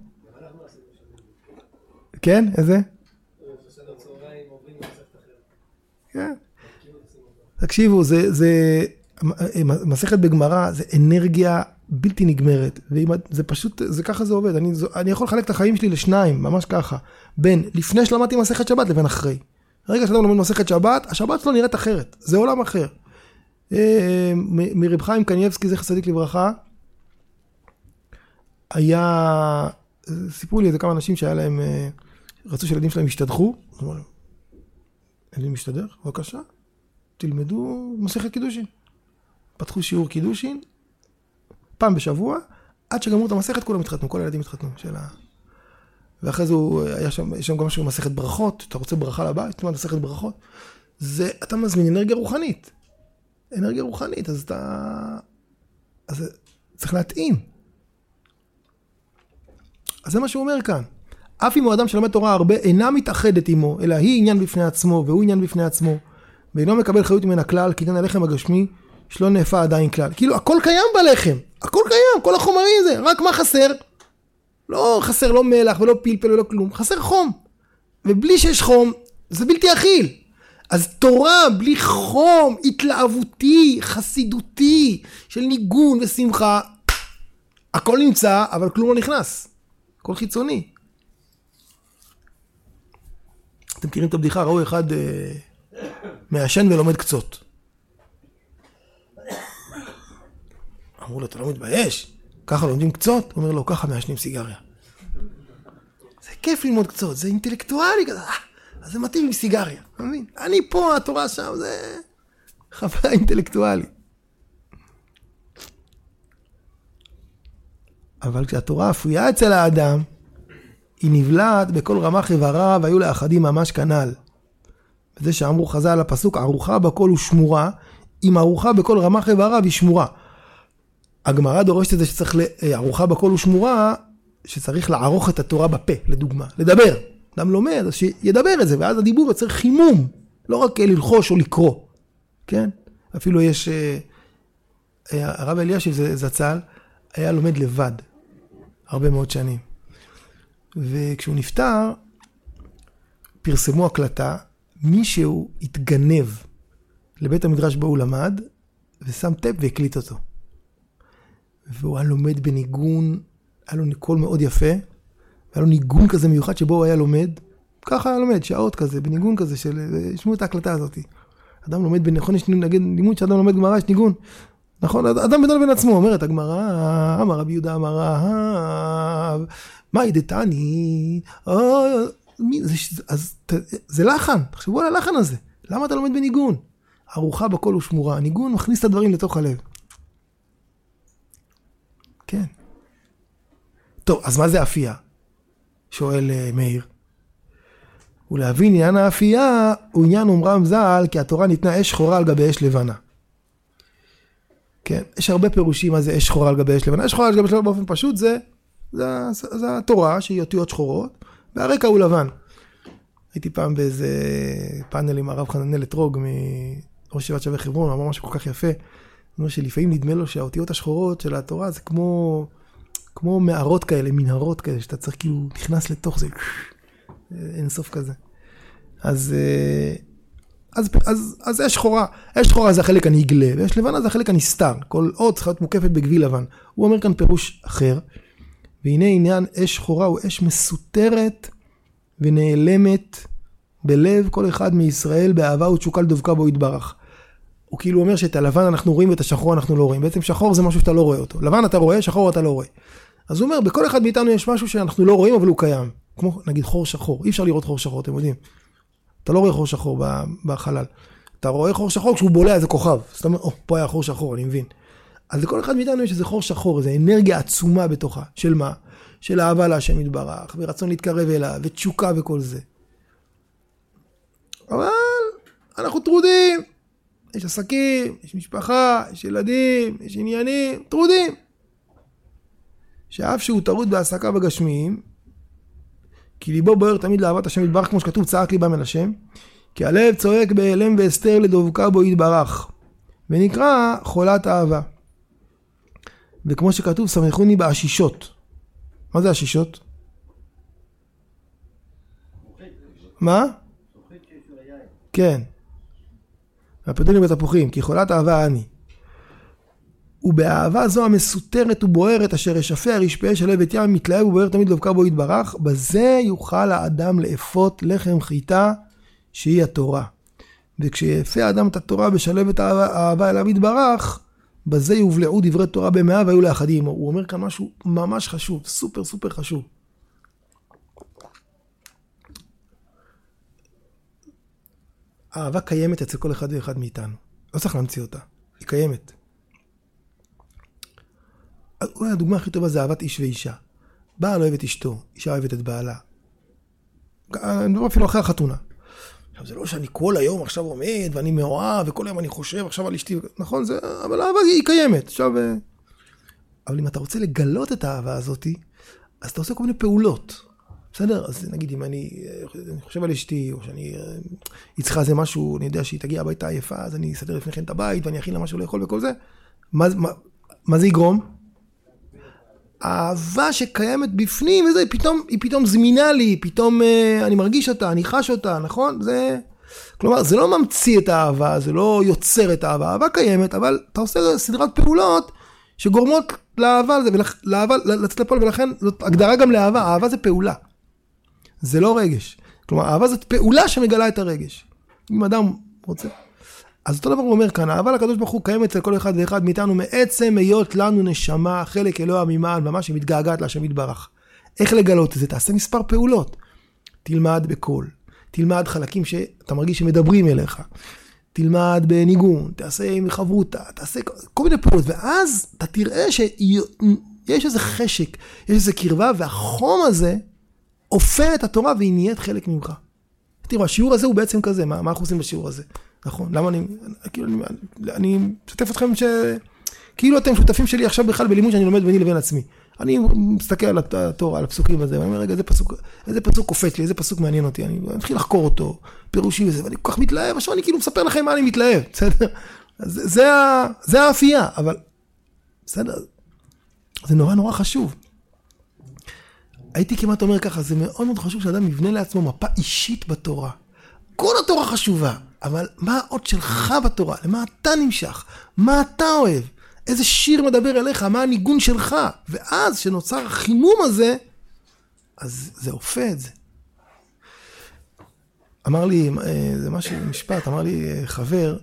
כן, איזה? כן. תקשיבו, זה מסכת בגמרא, זה אנרגיה בלתי נגמרת, זה פשוט, זה ככה זה עובד, אני יכול לחלק את החיים שלי לשניים, ממש ככה, בין לפני שלמדתי מסכת שבת לבין אחרי. רגע שאתה לומד מסכת שבת, השבת שלו נראית אחרת, זה עולם אחר. מרב חיים קניאבסקי, זכר צדיק לברכה, היה, סיפרו לי איזה כמה אנשים שהיה להם, רצו שילדים שלהם ישתדחו, ילדים משתדך, בבקשה, תלמדו מסכת קידושין. פתחו שיעור קידושין, פעם בשבוע, עד שגמרו את המסכת, כולם התחתנו, כל הילדים התחתנו. ואחרי זה יש שם גם משהו מסכת ברכות, אתה רוצה ברכה לבית, תלמד מסכת ברכות. אתה מזמין אנרגיה רוחנית. אנרגיה רוחנית, אז צריך להתאים. אז זה מה שהוא אומר כאן. אף אם הוא אדם שלמד תורה הרבה, אינה מתאחדת עמו, אלא היא עניין בפני עצמו, והוא עניין בפני עצמו, ואינו מקבל חיות ממנה כלל, כי עניין הלחם הגשמי, שלא נאפה עדיין כלל. כאילו, הכל קיים בלחם, הכל קיים, כל החומרים זה, רק מה חסר? לא חסר, לא מלח ולא פלפל ולא כלום, חסר חום. ובלי שיש חום, זה בלתי אכיל. אז תורה בלי חום, התלהבותי, חסידותי, של ניגון ושמחה, הכל נמצא, אבל כלום לא נכנס. הכל חיצוני. אתם מכירים את הבדיחה, ראו אחד מעשן ולומד קצות. אמרו לו, אתה לא מתבייש? ככה לומדים קצות? הוא אומר לו, ככה מעשנים סיגריה. זה כיף ללמוד קצות, זה אינטלקטואלי כזה. אז זה מתאים עם סיגריה, אתה מבין? אני פה, התורה שם, זה חוויה אינטלקטואלית. אבל כשהתורה אפויה אצל האדם, היא נבלעת בכל רמ"ח איבריו, והיו לאחדים ממש כנ"ל. וזה שאמרו חז"ל הפסוק, ערוכה בכל ושמורה, אם ערוכה בכל רמ"ח איבריו היא שמורה. הגמרא דורשת את זה שצריך, ערוכה בכל ושמורה, שצריך לערוך את התורה בפה, לדוגמה, לדבר. אדם לומד, אז שידבר את זה, ואז הדיבור צריך חימום, לא רק ללחוש או לקרוא, כן? אפילו יש, הרב אלישיב זצ"ל, היה לומד לבד, הרבה מאוד שנים. וכשהוא נפטר, פרסמו הקלטה, מישהו התגנב לבית המדרש בו הוא למד, ושם טפ והקליט אותו. והוא היה לומד בניגון, היה לו קול מאוד יפה, היה לו ניגון כזה מיוחד שבו הוא היה לומד, ככה היה לומד, שעות כזה, בניגון כזה, שמעו את ההקלטה הזאת. אדם לומד, נכון, יש לימוד שאדם לומד גמרא, יש ניגון. נכון, אדם מדבר בין עצמו, אומרת הגמרא, אמר רבי יהודה אמר רהב, מה ידעתני? אז זה לחן, תחשבו על הלחן הזה. למה אתה לומד בניגון? ערוכה בכל ושמורה, הניגון מכניס את הדברים לתוך הלב. כן. טוב, אז מה זה אפייה? שואל מאיר. ולהבין עניין האפייה, הוא עניין אומרם ז"ל, כי התורה ניתנה אש שחורה על גבי אש לבנה. כן, יש הרבה פירושים מה זה אש שחורה על גבי אש לבנה. אש שחורה על גבי אש לבנה באופן פשוט זה התורה שהיא אותיות שחורות, והרקע הוא לבן. הייתי פעם באיזה פאנל עם הרב חננאל אתרוג מראש ישיבת שבי חברון, אמר משהו כל כך יפה, אומר שלפעמים נדמה לו שהאותיות השחורות של התורה זה כמו מערות כאלה, מנהרות כאלה, שאתה צריך כאילו נכנס לתוך זה, אין סוף כזה. אז אש שחורה זה החלק הנגלה, ואש לבנה זה החלק הנסתר, כל עוד צריכה להיות מוקפת בגביל לבן. הוא אומר כאן פירוש אחר, והנה עניין אש שחורה הוא אש מסותרת ונעלמת בלב כל אחד מישראל באהבה ותשוקה לדבקה בו יתברך. הוא כאילו אומר שאת הלבן אנחנו רואים ואת השחור אנחנו לא רואים. בעצם שחור זה משהו שאתה לא רואה אותו. לבן אתה רואה, שחור אתה לא רואה. אז הוא אומר, בכל אחד מאיתנו יש משהו שאנחנו לא רואים אבל הוא קיים. כמו נגיד חור שחור. אי אפשר לראות חור שחור, אתם יודעים. אתה לא רואה חור שחור בחלל. אתה רואה חור שחור כשהוא בולע איזה כוכב. זאת אומרת, פה היה חור שחור, אני מבין. אז לכל אחד מאיתנו יש איזה חור שחור, איזו אנרגיה עצומה בתוכה. של מה? של אהבה להשם יתברך, ורצון להתקרב אליו, ותשוקה וכל זה. אבל אנחנו טרודים. יש עסקים, יש משפחה, יש ילדים, יש עניינים, טרודים. שאף שהוא טרוד בעסקיו הגשמיים, כי ליבו בוער תמיד לאהבת השם יתברך, כמו שכתוב, צעק ליבם אל השם, כי הלב צועק בהלם והסתר לדבקה בו יתברך, ונקרא חולת אהבה. וכמו שכתוב, שמחוני בעשישות. מה זה עשישות? מה? כן. והפתונים בתפוחים, כי חולת אהבה אני. ובאהבה זו המסותרת ובוערת, אשר ישפע רשפי שלב את ים, מתלהב ובוער תמיד לבקר בו יתברך, בזה יוכל האדם לאפות לחם חיטה, שהיא התורה. וכשיפה האדם את התורה בשלב את האהבה אליו יתברך, בזה יובלעו דברי תורה במאה והיו לאחדים. הוא אומר כאן משהו ממש חשוב, סופר סופר חשוב. האהבה קיימת אצל כל אחד ואחד מאיתנו. לא צריך להמציא אותה. היא קיימת. אולי הדוגמה הכי טובה זה אהבת איש ואישה. בעל אוהב את אשתו, אישה אוהבת את בעלה. אני מדבר אפילו אחרי החתונה. עכשיו זה לא שאני כל היום עכשיו עומד ואני מאוהב וכל היום אני חושב עכשיו על אשתי. נכון, זה, אבל האהבה היא קיימת. עכשיו, אבל אם אתה רוצה לגלות את האהבה הזאת, אז אתה עושה כל מיני פעולות. בסדר? אז נגיד אם אני חושב על אשתי, או שאני צריכה איזה משהו, אני יודע שהיא תגיע הביתה עייפה, אז אני אסדר לפני כן את הבית, ואני אכין לה משהו לאכול וכל זה. מה זה יגרום? האהבה שקיימת בפנים, וזה, היא פתאום זמינה לי, פתאום אני מרגיש אותה, אני חש אותה, נכון? כלומר, זה לא ממציא את האהבה, זה לא יוצר את האהבה, האהבה קיימת, אבל אתה עושה סדרת פעולות שגורמות לאהבה, לאהבה לצאת לפועל, ולכן זאת הגדרה גם לאהבה, האהבה זה פעולה. זה לא רגש. כלומר, אהבה זאת פעולה שמגלה את הרגש. אם אדם רוצה. אז אותו דבר הוא אומר כאן, האהבה לקדוש ברוך הוא קיימת אצל כל אחד ואחד מאיתנו, מעצם היות לנו נשמה, חלק אלוה ממעל, ממש שמתגעגעת להשם יתברך. איך לגלות את זה? תעשה מספר פעולות. תלמד בקול. תלמד חלקים שאתה מרגיש שמדברים אליך. תלמד בניגון, תעשה עם חברותה, תעשה כל מיני פעולות, ואז אתה תראה שיש איזה חשק, יש איזה קרבה, והחום הזה הופך את התורה והיא נהיית חלק ממך. תראו, השיעור הזה הוא בעצם כזה, מה אנחנו עושים בשיעור הזה? נכון? למה אני משתף אתכם כאילו אתם שותפים שלי עכשיו בכלל בלימוד שאני לומד ביני לבין עצמי. אני מסתכל על התורה, על הפסוקים הזה, ואני אומר, רגע, איזה פסוק קופץ לי, איזה פסוק מעניין אותי, אני מתחיל לחקור אותו, פירושים וזה, ואני כל כך מתלהב, עכשיו אני כאילו מספר לכם מה אני מתלהב, בסדר? זה האפייה, אבל בסדר, זה נורא נורא חשוב. הייתי כמעט אומר ככה, זה מאוד מאוד חשוב שאדם יבנה לעצמו מפה אישית בתורה. כל התורה חשובה, אבל מה עוד שלך בתורה? למה אתה נמשך? מה אתה אוהב? איזה שיר מדבר אליך? מה הניגון שלך? ואז שנוצר החימום הזה, אז זה הופך את זה. אמר לי, זה משהו, משפט, אמר לי חבר,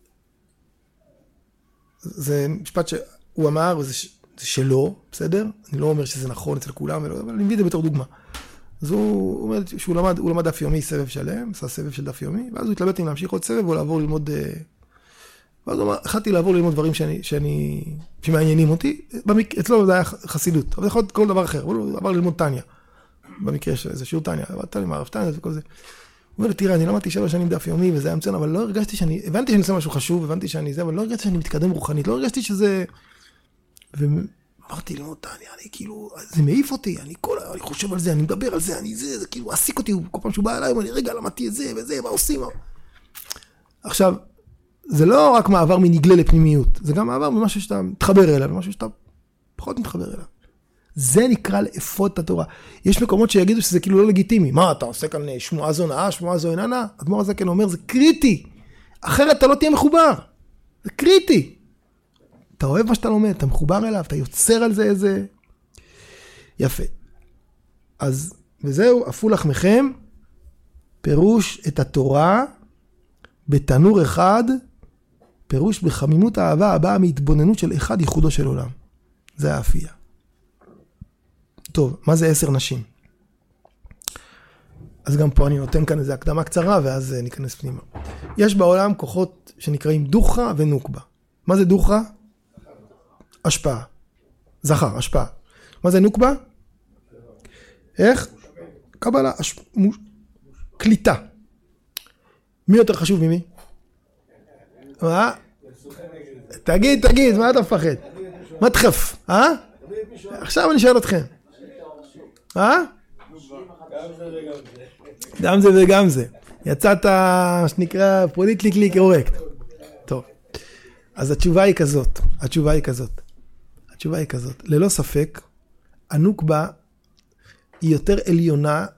זה משפט שהוא אמר, וזה שלו, בסדר? אני לא אומר שזה נכון אצל כולם, אבל אני מביא את זה בתור דוגמה. אז הוא אומר שהוא למד דף יומי סבב שלם, עשה סבב של דף יומי, ואז הוא התלבט אם להמשיך עוד סבב או לעבור ללמוד, ואז הוא אמר, החלטתי לעבור ללמוד דברים שמעניינים אותי, אצלו זה היה חסידות, אבל יכול להיות כל דבר אחר, הוא עבר ללמוד טניה, במקרה שזה שיעור טניה, טניה, מערב טניה וכל זה. הוא אומר לי, תראה, אני למדתי 3 שנים דף יומי וזה היה מצוין, אבל לא הרגשתי הבנתי שאני עושה משהו חשוב, הבנתי שאני זה, אבל לא הרגשתי שאני מתקדם רוחנית, לא הרגשתי שזה, אמרתי ללמוד טניה, אני כאילו, זה מעיף אותי, אני חושב על זה, אני מדבר על זה, זה כאילו עסיק אותי, כל פעם שהוא בא אליי, הוא אומר לי, רגע, למדתי את זה וזה, מה עושים? עכשיו, זה לא רק מעבר מנגלה לפנימיות, זה גם מעבר ממשהו שאתה מתחבר אליו, משהו שאתה פחות מתחבר אליו. זה נקרא לאפות את התורה. יש מקומות שיגידו שזה כאילו לא לגיטימי. מה, אתה עושה כאן שמועה זו נאה, שמועה זו איננה? אדמו"ר הזקן אומר, זה קריטי. אחרת אתה לא תהיה מחובר. זה קריטי. אתה אוהב מה שאתה לומד, אתה מחובר אליו, אתה יוצר על זה איזה... יפה. אז, וזהו, אפו לחמכם, פירוש את התורה בתנור אחד, פירוש בחמימות האהבה הבאה מהתבוננות של אחד ייחודו של עולם. זה האפייה. טוב, מה זה 10 נשים? אז גם פה אני נותן כאן איזו הקדמה קצרה, ואז ניכנס פנימה. יש בעולם כוחות שנקראים דוחה ונוקבה. מה זה דוחה? השפעה. זכר, השפעה. מה זה נוקבה? איך? קבלה, קליטה. מי יותר חשוב ממי? מה? תגיד, מה אתה מפחד? מה תחף? עכשיו אני שואל אתכם. גם זה וגם זה. יצאת, שנקרא, פוליטיקלי קורקט. טוב. אז התשובה היא כזאת. ללא ספק, הנוקבה היא יותר עליונה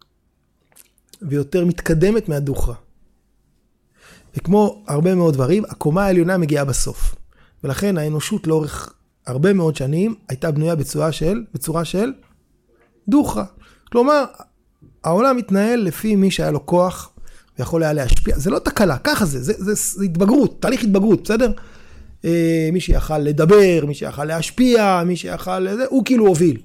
ויותר מתקדמת מהדוחה. וכמו הרבה מאוד דברים, הקומה העליונה מגיעה בסוף. ולכן האנושות לאורך הרבה מאוד שנים הייתה בנויה בצורה של דוחה. כלומר, העולם מתנהל לפי מי שהיה לו כוח, ויכול היה להשפיע. זה לא תקלה, ככה זה התבגרות, תהליך התבגרות, בסדר? מי שיכל לדבר, מי שיכל להשפיע, מי שיכל לזה, הוא כאילו הוביל.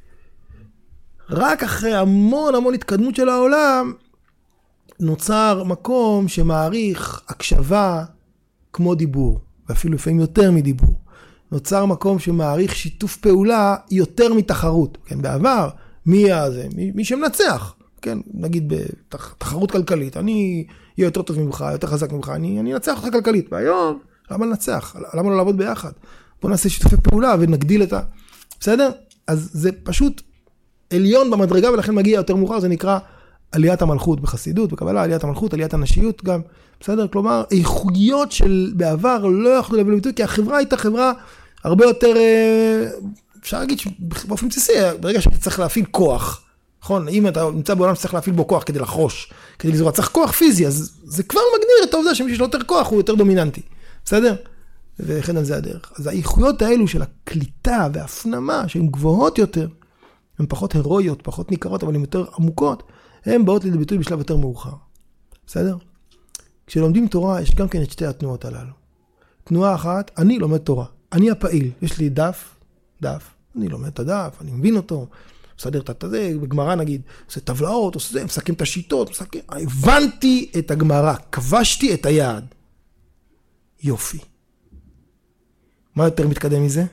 רק אחרי המון התקדמות של העולם, נוצר מקום שמעריך הקשבה כמו דיבור, ואפילו לפעמים יותר מדיבור. נוצר מקום שמעריך שיתוף פעולה יותר מתחרות. כן, בעבר, מי שמנצח, כן, נגיד בתחרות כלכלית, אני אהיה יותר טוב ממך, יותר חזק ממך, אני אנצח אותך כלכלית. והיום, למה לנצח? למה לא לעבוד ביחד? בוא נעשה שיתופי פעולה ונגדיל את בסדר? אז זה פשוט עליון במדרגה, ולכן מגיע יותר מאוחר, זה נקרא עליית המלכות בחסידות, בקבלה, עליית המלכות, עליית הנשיות גם, בסדר? כלומר, איכויות של בעבר לא יכולו להביא לביטוי, כי החברה הייתה חברה הרבה יותר, אפשר להגיד שבאופן בסיסי, ברגע שאתה צריך להפעיל כוח, נכון? אם אתה נמצא בעולם שצריך להפעיל בו כוח כדי לחרוש, כדי לזרוע, צריך כוח פיזי, אז זה כבר מגדיר את העובדה שמי שיש לו יותר כוח הוא יותר דומיננטי, בסדר? וכן על זה הדרך. אז האיכויות האלו של הקליטה והפנמה, שהן גבוהות יותר, הן פחות הרואיות, פחות ניכרות, אבל הן יותר עמוקות, הן באות לידי ביטוי בשלב יותר מאוחר. בסדר? כשלומדים תורה, יש גם כן את שתי התנועות הללו. תנועה אחת, אני לומד תורה. אני הפעיל. יש לי דף. אני לומד את הדף, אני מבין אותו, מסדר את זה, בגמרא נגיד, עושה טבלאות, עושה זה, מסכם את השיטות, הבנתי את הגמרא, כבשתי את היעד. יופי. מה יותר מתקדם מזה?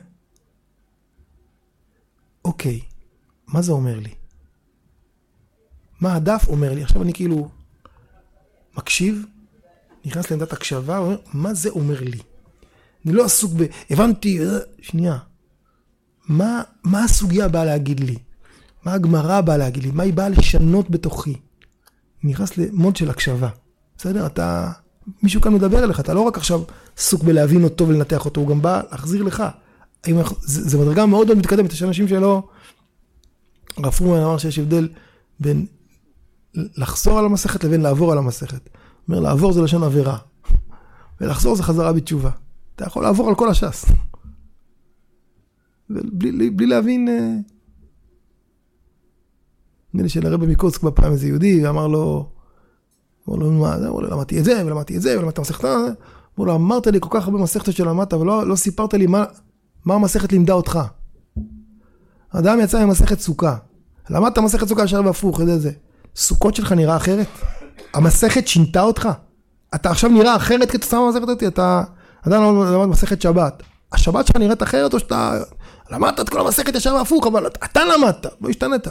אוקיי, מה זה אומר לי? מה הדף אומר לי? עכשיו אני כאילו מקשיב, נכנס לעמדת הקשבה, אומר, מה זה אומר לי? אני לא עסוק הבנתי, שנייה. מה הסוגיה באה להגיד לי? מה הגמרא באה להגיד לי? מה היא באה לשנות בתוכי? נכנס למוד של הקשבה. בסדר? מישהו כאן מדבר אליך, אתה לא רק עכשיו עסוק בלהבין אותו ולנתח אותו, הוא גם בא להחזיר לך. זה מדרגה מאוד מתקדמת, יש אנשים שלא, הרב פרומן אמר שיש הבדל בין לחזור על המסכת לבין לעבור על המסכת. הוא אומר, לעבור זה לשון עבירה, ולחזור זה חזרה בתשובה. אתה יכול לעבור על כל הש"ס. בלי להבין, נראה לי שלרבי מקוצק בפעם איזה יהודי, ואמר לו, מה, למדתי את זה, ולמדתי את זה, ולמדתי את המסכת, אמרו לו, אמרת לי כל כך הרבה מסכתות שלמדת, אבל לא סיפרת לי מה המסכת לימדה אותך. האדם יצא ממסכת סוכה. למדת מסכת סוכה ישר והפוך, זה. סוכות שלך נראה אחרת? המסכת שינתה אותך? אתה עכשיו נראה אחרת כתוצאה מהמסכת אותי? אתה עדיין למד מסכת שבת. השבת שלך נראית אחרת, או שאתה למדת את כל המסכת ישר והפוך, אבל אתה למדת, לא השתנת.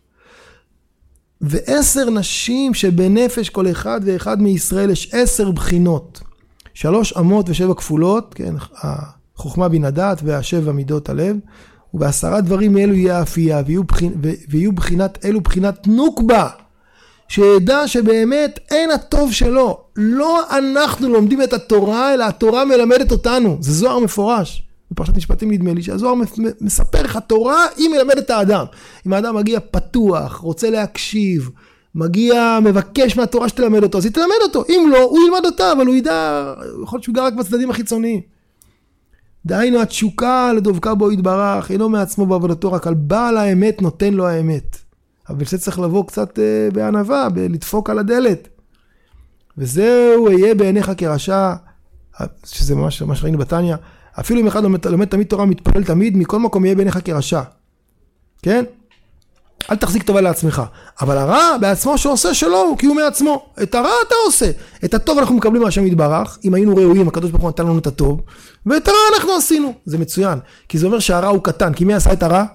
10 נשים שבנפש כל אחד ואחד מישראל יש 10 בחינות. 3 אמות ו7 כפולות, כן, החוכמה בין הדעת והשבע מידות הלב, וב10 דברים אלו יהיה אפייה, ויהיו בחינת אלו בחינת נוקבה, שידע שבאמת אין הטוב שלו. לא אנחנו לומדים את התורה, אלא התורה מלמדת אותנו. זה זוהר מפורש. בפרשת משפטים נדמה לי שהזוהר מספר לך, התורה היא מלמדת את האדם. אם האדם מגיע פתוח, רוצה להקשיב, מגיע מבקש מהתורה שתלמד אותו, אז היא תלמד אותו. אם לא, הוא ילמד אותה, אבל הוא ידע, יכול להיות שהוא גר רק בצדדים החיצוניים. דהיינו התשוקה לדבקה בו יתברך, אינו מעצמו בעבודתו, רק על בעל האמת נותן לו האמת. אבל זה צריך לבוא קצת בענווה, לדפוק על הדלת. וזהו יהיה בעיניך כרשע, שזה ממש מה שראינו בתניא, אפילו אם אחד לומד תמיד תורה, מתפלל תמיד, מכל מקום יהיה בעיניך כרשע. כן? אל תחזיק טובה לעצמך. אבל הרע בעצמו שעושה שלו, כי הוא מעצמו. את הרע אתה עושה. את הטוב אנחנו מקבלים מהשם יתברך, אם היינו ראויים, הקדוש ברוך הוא נתן לנו את הטוב, ואת הרע אנחנו עשינו. זה מצוין. כי זה אומר שהרע הוא קטן. כי מי עשה את הרע?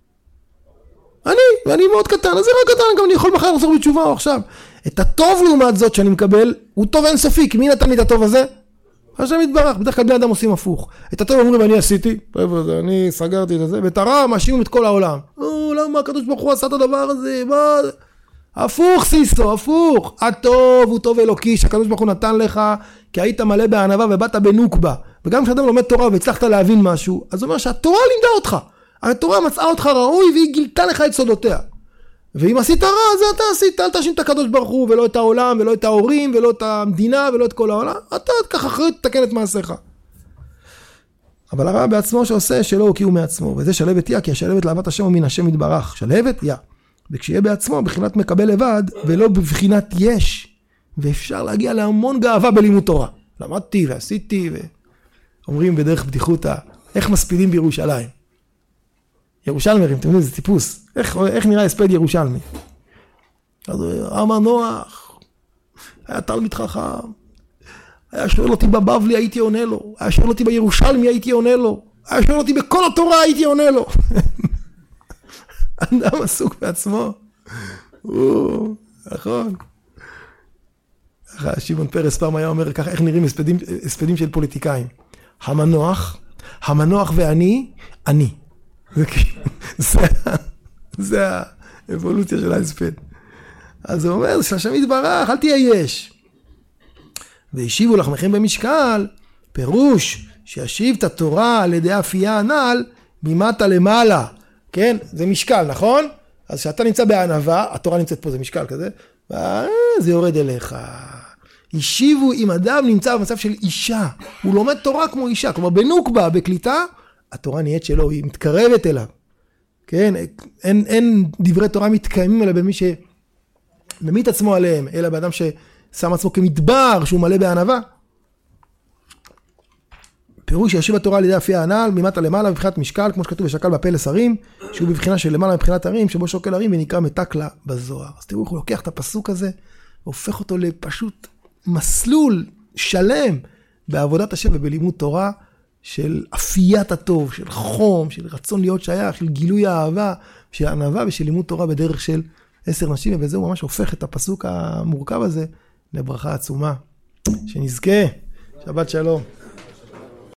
ואני מאוד קטן. אז זה רק קטן, גם אני יכול מחר לחזור בתשובה או עכשיו. את הטוב לעומת זאת שאני מקבל, הוא טוב אינסופי. כי מי נתן לי את הטוב הזה? השם יתברך. בדרך כלל בני אדם עושים הפוך. את הטוב אומרים, אני עשיתי, אני סגרתי את זה, ואת הרע מאשימים את כל העולם. למה הקדוש ברוך הוא עשה את הדבר הזה? מה? הפוך סיסו, הפוך. הטוב הוא טוב אלוקי, שהקדוש ברוך הוא נתן לך, כי היית מלא בענווה ובאת בנוקבה. וגם כשאדם לומד תורה והצלחת להבין משהו, אז הוא אומר שהתורה לימדה אותך. התורה מצאה אותך ראוי והיא גילתה לך את סודותיה. ואם עשית רע, זה אתה עשית, אל תאשים את הקדוש ברוך הוא, ולא את העולם, ולא את ההורים, ולא את המדינה, ולא את כל העולם. אתה ככה אחריות תתקן את מעשיך. אבל הרע בעצמו שעושה שלא הוא כי הוא מעצמו, וזה שלבת יא, כי השלבת לאהבת השם הוא מן השם יתברך, שלבת יא, וכשיהיה בעצמו בבחינת מקבל לבד, ולא בבחינת יש, ואפשר להגיע להמון גאווה בלימוד תורה. למדתי ועשיתי, ואומרים בדרך בדיחותא, איך מספידים בירושלים? ירושלמרים, אתם יודעים, זה טיפוס. איך נראה הספד ירושלמי? אז אמר נוח, היה תלמיד חכם, היה שואל אותי בבבלי, הייתי עונה לו. היה שואל אותי בירושלמי, הייתי עונה לו. היה שואל אותי בכל התורה, הייתי עונה לו. אדם עסוק בעצמו. נכון. שמעון פרס פעם היה אומר ככה, איך נראים הספדים של פוליטיקאים. המנוח ואני, אני. זה האבולוציה של ההספד. אז הוא אומר, שהשם יתברך, אל תהיה יש. והשיבו לחמכם במשקל, פירוש שישיב את התורה על ידי אפייה הנ"ל, ממטה למעלה. כן? זה משקל, נכון? אז כשאתה נמצא בענווה, התורה נמצאת פה, זה משקל כזה, זה יורד אליך. השיבו אם אדם נמצא במצב של אישה, הוא לומד תורה כמו אישה, כלומר בנוקבה, בקליטה, התורה נהיית שלו, היא מתקרבת אליו. כן? אין דברי תורה מתקיימים אלא במי שממית עצמו עליהם, אלא באדם ששם עצמו כמדבר, שהוא מלא בענווה. פירוש שישיב התורה על ידי אפייה הנ"ל, ממטה למעלה, מבחינת משקל, כמו שכתוב בשקל בפה לשרים, שהוא בבחינה של למעלה מבחינת הרים, שבו שוקל הרים ונקרא מתקלה בזוהר. אז תראו, הוא לוקח את הפסוק הזה, והופך אותו לפשוט מסלול שלם בעבודת השם ובלימוד תורה, של אפיית הטוב, של חום, של רצון להיות שייך, של גילוי האהבה, של ענווה ושל לימוד תורה בדרך של 10 נשים, ובזה הוא ממש הופך את הפסוק המורכב הזה לברכה עצומה. שנזכה, שבת שלום.